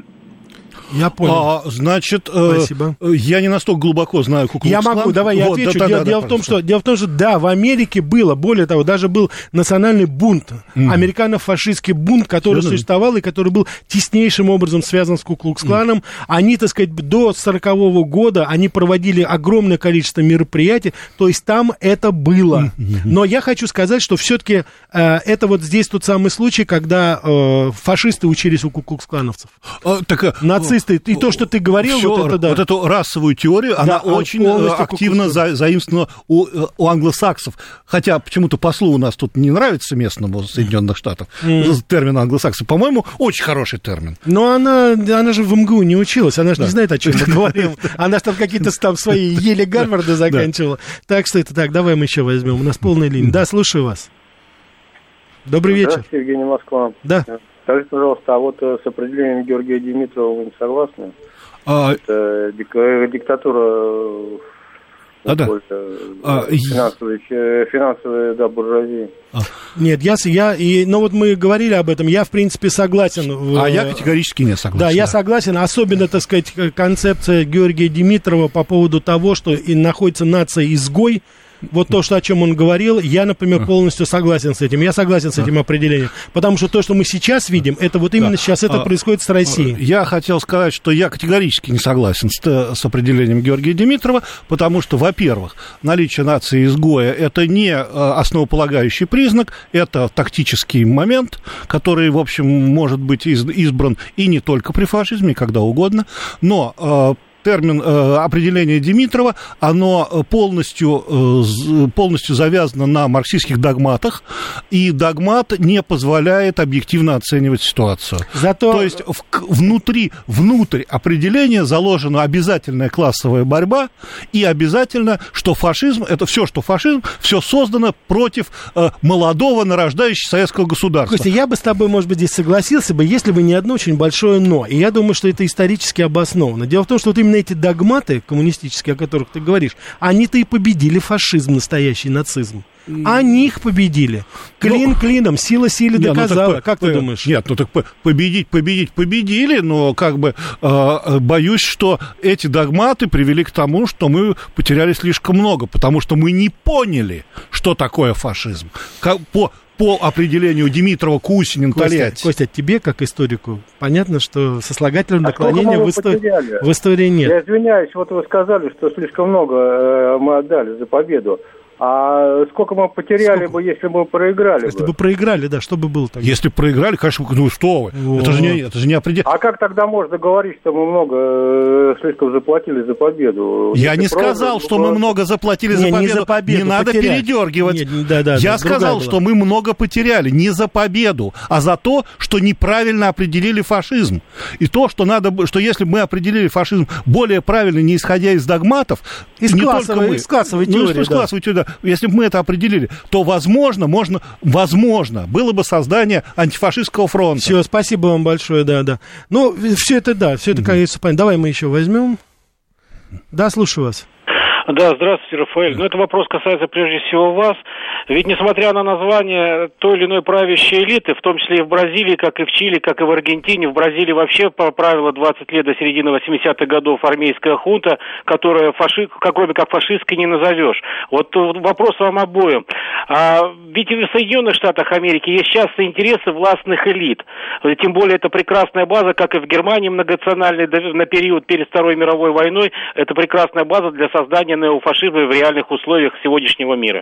Я понял. А, значит, э, я не настолько глубоко знаю Ку-клукс-клан. Я могу, давай я вот, отвечу. Да, дело, да, дело, да, в том, что, дело в том, что да, в Америке было, более того, даже был национальный бунт, mm. американо-фашистский бунт, который Серьезно? существовал и который был теснейшим образом связан с Ку-клукс-кланом. Mm. Они, так сказать, до сорокового года они проводили огромное количество мероприятий, то есть там это было. Mm-hmm. Но я хочу сказать, что все-таки э, это вот здесь тот самый случай, когда э, фашисты учились у Ку-клукс-клановцев. А, так, Нацисты. И то, что ты говорил, Всё, вот, это, да. вот эту расовую теорию, да, она очень активно за, заимствована у, у англосаксов. Хотя почему-то послу у нас тут не нравится местному Соединенных Штатов mm. термин англосаксов. По-моему, очень хороший термин. Но она, она же в эм гэ у не училась, она же да. не знает, о чем мы говорим. Она же там какие-то там свои еле Гарварда заканчивала. Так что это так, давай мы еще возьмем. У нас полная линия. Да, слушаю вас. Добрый вечер. Здравствуйте, Евгений, Москва. Да. Скажите, пожалуйста, а вот с определением Георгия Димитрова вы не согласны? А... Это дик- диктатура а, да. а, финансовой, финансовой да, буржуазии. А. Нет, я, я и, ну вот мы говорили об этом, я в принципе согласен. А в, я категорически не согласен. Да, да, я согласен, особенно, так сказать, концепция Георгия Димитрова по поводу того, что и находится нация-изгой. Вот то, что, о чем он говорил, я, например, полностью согласен с этим. Я согласен с этим определением. Потому что то, что мы сейчас видим, это вот именно да. сейчас это а, происходит с Россией. Я хотел сказать, что я категорически не согласен с, с определением Георгия Димитрова, потому что, во-первых, наличие нации изгоя – это не основополагающий признак, это тактический момент, который, в общем, может быть избран и не только при фашизме, когда угодно, но термин, э, определение Димитрова, оно полностью, э, полностью завязано на марксистских догматах, и догмат не позволяет объективно оценивать ситуацию. Зато... То есть в, внутри, внутрь определения заложена обязательная классовая борьба, и обязательно, что фашизм, это все, что фашизм, все создано против э, молодого нарождающегося советского государства. Костя, я бы с тобой, может быть, здесь согласился бы, если бы не одно очень большое «но». И я думаю, что это исторически обосновано. Дело в том, что вот именно эти догматы коммунистические, о которых ты говоришь, они-то и победили фашизм, настоящий нацизм. Они их победили. Клин ну, клином, сила силе доказала. Ну, так, как ты думаешь? Нет, ну так победить, победить, победили, но как бы э, боюсь, что эти догматы привели к тому, что мы потеряли слишком много, потому что мы не поняли, что такое фашизм. Как, по, по определению Димитрова, Кусинин, Тольятти. Костя, тебе, как историку, понятно, что сослагательного а наклонения в, истор... в истории нет. Я извиняюсь, вот вы сказали, что слишком много э, мы отдали за победу. А сколько мы потеряли сколько? бы, если бы проиграли Если бы? бы проиграли, да, что бы было тогда? Если проиграли, конечно, ну что вы, О. это же не, это же не определенно. А как тогда можно говорить, что мы много э, слишком заплатили за победу? Я если не сказал, что мы много заплатили не, за, победу. Не, за победу. Не надо потерять. передергивать. Нет, да, да, Я да, сказал, что мы много потеряли не за победу, а за то, что неправильно определили фашизм. И то, что надо, что если бы мы определили фашизм более правильно, не исходя из догматов, из не классовой, только мы, из классовой теории, ну, из классовой теории, да. Если бы мы это определили, то, возможно, можно, возможно, было бы создание антифашистского фронта. Все, спасибо вам большое, да, да. Ну, все это, да, все это, конечно, понятно. Давай мы еще возьмем. Да, слушаю вас. Да, здравствуйте, Рафаэль. Ну, это вопрос касается прежде всего вас. Ведь, несмотря на название той или иной правящей элиты, в том числе и в Бразилии, как и в Чили, как и в Аргентине, в Бразилии вообще, по правилу, двадцать лет до середины восьмидесятых годов армейская хунта, которая, фаши... кроме как фашистской, не назовешь. Вот вопрос вам обоим. А, ведь в Соединенных Штатах Америки есть часто интересы властных элит. Тем более, это прекрасная база, как и в Германии многонациональной на период перед Второй мировой войной. Это прекрасная база для создания неофашизма в реальных условиях сегодняшнего мира.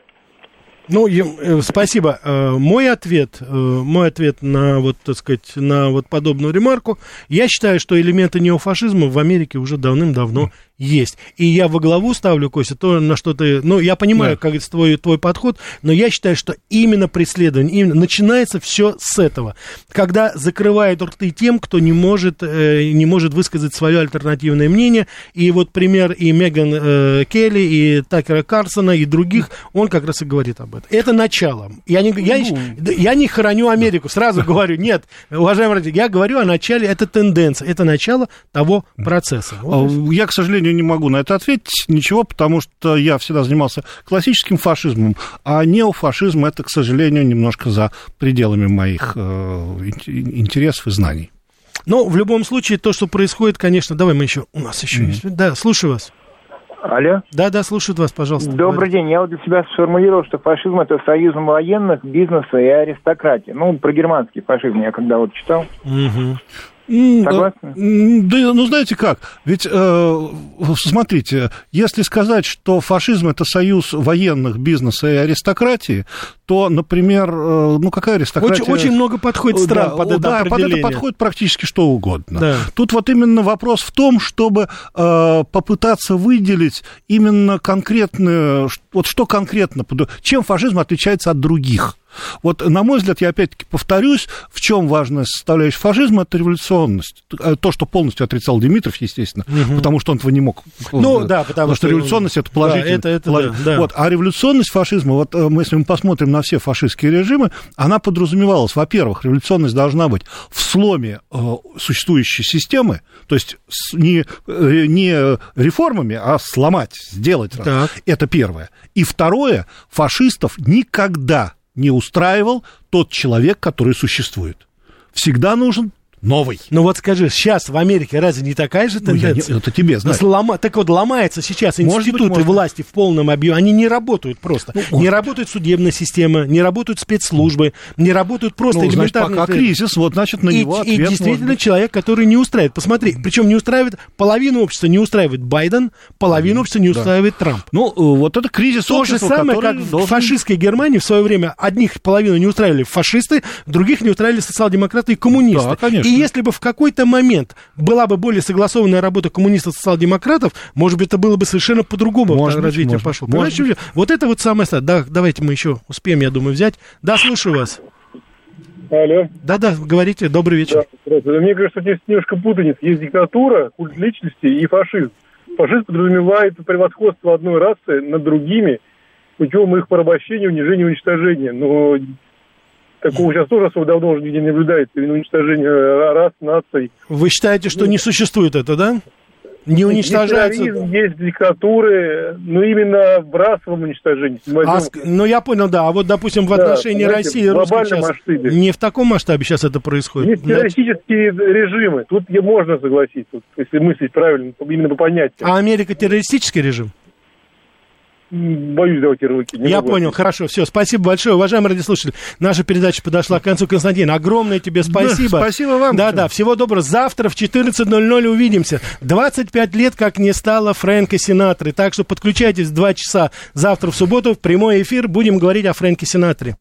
Ну, э, спасибо. Э, мой ответ, э, мой ответ на вот, так сказать, на вот подобную ремарку. Я считаю, что элементы неофашизма в Америке уже давным-давно есть. И я во главу ставлю, Костя, то, на что ты... Ну, я понимаю, да. как говорится, твой, твой подход, но я считаю, что именно преследование, именно начинается все с этого. Когда закрывают рты тем, кто не может, э, не может высказать свое альтернативное мнение. И вот пример и Меган э, Келли, и Такера Карлсона, и других, он как раз и говорит об этом. Это начало. Я не, я, я не храню Америку, сразу говорю. Нет, уважаемые родители, я говорю о начале, это тенденция, это начало того процесса. Вот я, к сожалению, не могу на это ответить ничего, потому что я всегда занимался классическим фашизмом, а неофашизм — это, к сожалению, немножко за пределами моих э, интересов и знаний. Ну, в любом случае, то, что происходит, конечно... Давай мы еще... У нас еще mm-hmm. есть... Да, слушаю вас. Алло? Да, да, слушают вас, пожалуйста. Добрый день. Я вот для себя сформулировал, что фашизм — это союз военных, бизнеса и аристократии. Ну, про германский фашизм я когда вот читал. Угу. Согласны? Да, ну, знаете как, ведь, э, смотрите, если сказать, что фашизм — это союз военных, бизнеса и аристократии, то, например, э, ну, какая аристократия... Очень, очень много подходит стран да, под это да, определение. под это подходит практически что угодно. Да. Тут вот именно вопрос в том, чтобы э, попытаться выделить именно конкретную, вот что конкретно, чем фашизм отличается от других. Вот, на мой взгляд, я опять-таки повторюсь, в чем важная составляющая фашизма — это революционность. То, что полностью отрицал Димитров, естественно, угу. потому что он этого не мог. Ну, да, потому, потому что революционность — это положительно. Да, это, это, полож... да, да. Вот, а революционность фашизма, вот мы, если мы посмотрим на все фашистские режимы, она подразумевалась, во-первых, революционность должна быть в сломе э, существующей системы, то есть с, не, э, не реформами, а сломать, сделать. Так. Это первое. И второе, фашистов никогда не устраивал тот человек, который существует. Всегда нужен новый. Ну вот скажи, сейчас в Америке разве не такая же тенденция? Ну, я, это тебе знать. Лома... Так вот, ломается сейчас институты быть, власти в полном объеме. Они не работают просто. Ну, не работает судебная система, не работают спецслужбы, не работают просто ну, элементарные... Значит, пока кризис, вот, значит, на и, него ответ... И действительно человек, который не устраивает. Посмотри, причем не устраивает... Половину общества не устраивает Байден, половину общества не устраивает да. Трамп. Ну, вот это кризис То общества, же самое, как должен... в фашистской Германии в свое время одних половину не устраивали фашисты, других не устраивали социал-демократы и коммунисты. Да, конечно. И если бы в какой-то момент была бы более согласованная работа коммунистов и социал-демократов, может быть, это было бы совершенно по-другому может развитие пошло. Вот это вот самое... Да, давайте мы еще успеем, я думаю, взять. Да, слушаю вас. Алло. Да-да, говорите, добрый вечер. Да, мне кажется, здесь немножко путаница. Есть диктатура, культ личности и фашизм. Фашизм подразумевает превосходство одной расы над другими путем их порабощения, унижения, уничтожения. Но такого сейчас тоже особо давно уже нигде не наблюдается. Уничтожение рас, наций. Вы считаете, что не существует это, да? Не уничтожаются. Есть терроризм, есть диктатуры, но именно в расовом уничтожении. А, ну, я понял, да. А вот, допустим, в отношении да, России и русской сейчас масштабе. Не в таком масштабе сейчас это происходит. Есть террористические да. режимы. Тут можно согласиться, если мыслить правильно, именно по понятию. А Америка террористический режим? Боюсь давать ярлыки. Я понял, ответить. Хорошо, все, спасибо большое. Уважаемые радиослушатели, наша передача подошла к концу. Константин, огромное тебе спасибо. Да, спасибо вам. Да-да, всего доброго. Завтра в четырнадцать ноль ноль увидимся. двадцать пять лет, как не стало Фрэнка Синатры. Так что подключайтесь в два часа завтра в субботу в прямой эфир. Будем говорить о Фрэнке Синатре.